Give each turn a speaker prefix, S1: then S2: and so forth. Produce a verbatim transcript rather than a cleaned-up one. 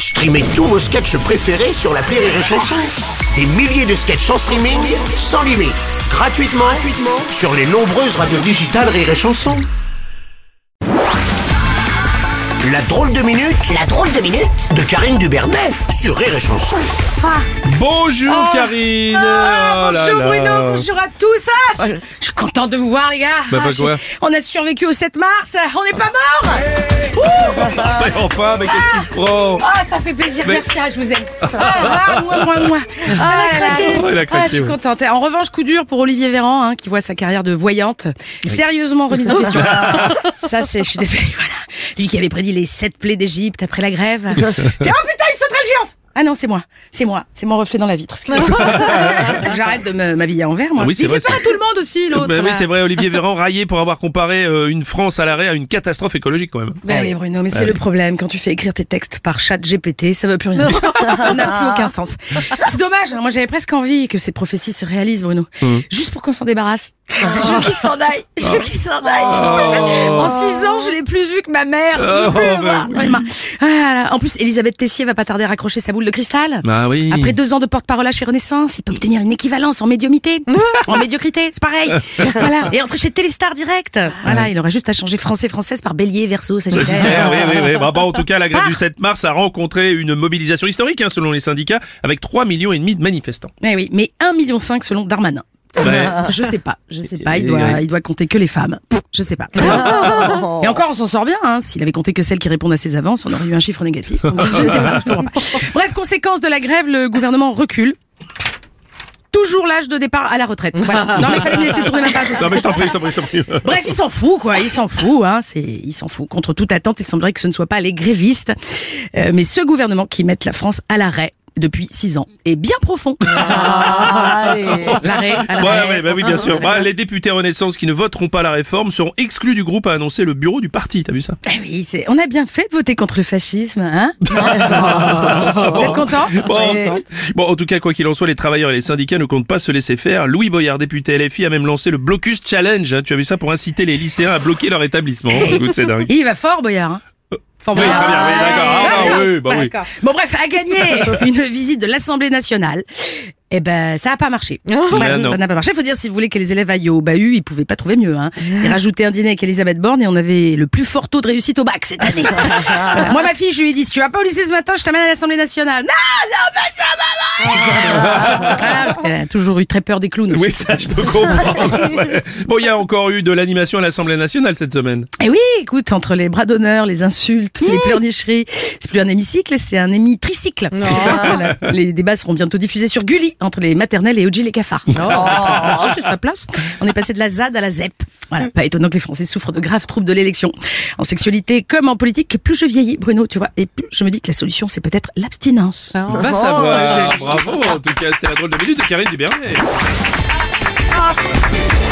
S1: Streamez tous vos sketchs préférés sur l'appli Rire et Chanson. Des milliers de sketchs en streaming, sans limite, gratuitement, gratuitement sur les nombreuses radios digitales Rire et Chanson. La drôle de minute, la drôle de minute de Karine Dubernet sur Rire et Chanson.
S2: Ah.
S3: Bonjour
S2: Oh.
S3: Karine.
S2: Ah,
S3: Oh là
S2: bonjour
S3: là.
S2: Bruno, bonjour à tous. Ah, je, je suis contente de vous voir les gars.
S3: Bah,
S2: Ah,
S3: pas
S2: j'ai-
S3: quoi
S2: on a survécu au sept mars, on n'est pas mort.
S3: Mais enfin, mais qu'est-ce qu'il prend?
S2: Ah, ça fait plaisir,
S3: Mais-
S2: merci, ah, je vous aime. Ah, ah, moi, moi, moi. Ah, là, là.
S3: Oh, il a
S2: Ah,
S3: craqué,
S2: je suis
S3: ouais.
S2: contente. En revanche, coup dur pour Olivier Véran, hein, qui voit sa carrière de voyante sérieusement remise en question. Ça, c'est, je suis désolée, voilà. Lui qui avait prédit les sept plaies d'Égypte après la grève. C'est, oh putain, une sauterelle géante. Ah non, c'est moi, c'est moi, c'est mon reflet dans la vitre. Excusez-moi. Faut que j'arrête de me- m'habiller en vert, moi.
S3: Oui, c'est
S2: Il
S3: vrai,
S2: fait pas
S3: c'est-
S2: à tout le monde aussi, l'autre.
S3: Bah oui,
S2: là.
S3: c'est vrai, Olivier Véran raillé pour avoir comparé euh, une France à l'arrêt à une catastrophe écologique quand même.
S2: Bah oui, Bruno, mais c'est
S3: Ah
S2: le
S3: oui.
S2: problème. Quand tu fais écrire tes textes par chat G P T, ça veut plus rien dire. Ça n'a plus aucun sens. C'est dommage, hein. Moi j'avais presque envie que ces prophéties se réalisent, Bruno.
S3: Mmh.
S2: Juste pour qu'on s'en débarrasse. Je veux qu'il s'en aille. Je veux qu'il s'en aille.
S3: Oh.
S2: En six ans, je l'ai plus vu que ma mère. Je veux
S3: Oh,
S2: plus le
S3: bah
S2: voir.
S3: oui.
S2: Vraiment. Ah là là. En plus, Elisabeth Tessier va pas tarder à raccrocher sa boule de cristal.
S3: Bah oui.
S2: Après deux ans de porte-parole chez Renaissance, il peut obtenir une équivalence en médiumité. En médiocrité, c'est pareil. Voilà. Et entrer chez Téléstar direct. Voilà, il aurait juste à changer français française par bélier, verseau,
S3: Sagittaire,
S2: sagittaire.
S3: oui, oui, oui. Bah, bah, en tout cas, la grève
S2: Ah.
S3: du sept mars a rencontré une mobilisation historique, hein, selon les syndicats, avec trois millions et demi de manifestants.
S2: Eh oui, mais un virgule cinq million selon Darmanin.
S3: Ouais.
S2: Je sais pas, je sais pas, il
S3: Et-
S2: doit,
S3: ouais.
S2: il doit compter que les femmes. Je sais pas. Et encore, on s'en sort bien, hein. S'il avait compté que celles qui répondent à ses avances, on aurait eu un chiffre négatif. Donc, je, je ne sais pas, je comprends pas. Bref, conséquence de la grève, le gouvernement recule. Toujours l'âge de départ à la retraite. Voilà. Non mais il fallait me laisser tourner ma page aussi.
S3: Non, mais
S2: c'est
S3: je t'en
S2: pour
S3: prie,
S2: ça.
S3: je t'en prie, je t'en prie.
S2: Bref, il s'en fout, quoi. Il s'en fout, hein. C'est, il s'en fout. Contre toute attente, il semblerait que ce ne soit pas les grévistes, euh, mais ce gouvernement qui mette la France à l'arrêt depuis six ans est bien profond. L'arrêt, à
S3: Ouais,
S2: l'arrêt.
S3: ouais, bah oui, bien sûr. Bah, les députés Renaissance qui ne voteront pas la réforme seront exclus du groupe, a annoncé le bureau du parti. T'as vu ça?
S2: Eh oui, c'est, on a bien fait de voter contre le fascisme, hein. Vous êtes content?
S3: Bon, bon, en tout cas, quoi qu'il en soit, les travailleurs et les syndicats ne comptent pas se laisser faire. Louis Boyard, député L F I, a même lancé le Blocus Challenge. hein. Tu as vu ça pour inciter les lycéens à bloquer leur établissement. Écoute, c'est dingue.
S2: Il va fort, Boyard. Hein. Fort
S3: Oui,
S2: Boyard.
S3: très bien, oui, d'accord. Ah,
S2: Ah,
S3: bah
S2: c'est
S3: oui, bah
S2: bon.
S3: oui.
S2: D'accord. Bon, bref, à gagner une visite de l'Assemblée nationale. Eh ben, ça n'a pas marché. Voilà,
S3: Ah, non.
S2: ça n'a pas marché. Faut dire, si vous voulez que les élèves aillent au bahut, ils pouvaient pas trouver mieux. Hein. Et rajouter un dîner avec Elisabeth Borne et on avait le plus fort taux de réussite au bac cette année. Voilà. Moi, ma fille, je lui ai dit, si tu vas pas au lycée ce matin, je t'amène à l'Assemblée nationale. Non, non, pas ça, maman. Voilà, parce qu'elle a toujours eu très peur des clowns aussi.
S3: Oui, ça, je peux comprendre. Ouais. Bon, il y a encore eu de l'animation à l'Assemblée nationale cette semaine.
S2: Et oui, écoute, entre les bras d'honneur, les insultes, les pleurnicheries, c'est plus un hémicycle, c'est un hémitricycle. Voilà. Les débats seront bientôt diffusés sur Gulli, entre les maternelles et Oji les cafards. Ça, c'est sa place. On est passé de la Z A D à la Z E P. Voilà, pas étonnant que les Français souffrent de graves troubles de l'élection. En sexualité comme en politique, plus je vieillis, Bruno, tu vois, et plus je me dis que la solution, c'est peut-être l'abstinence.
S3: Va savoir. Bravo. En tout cas, c'était la drôle de minute de Karine Dubernet.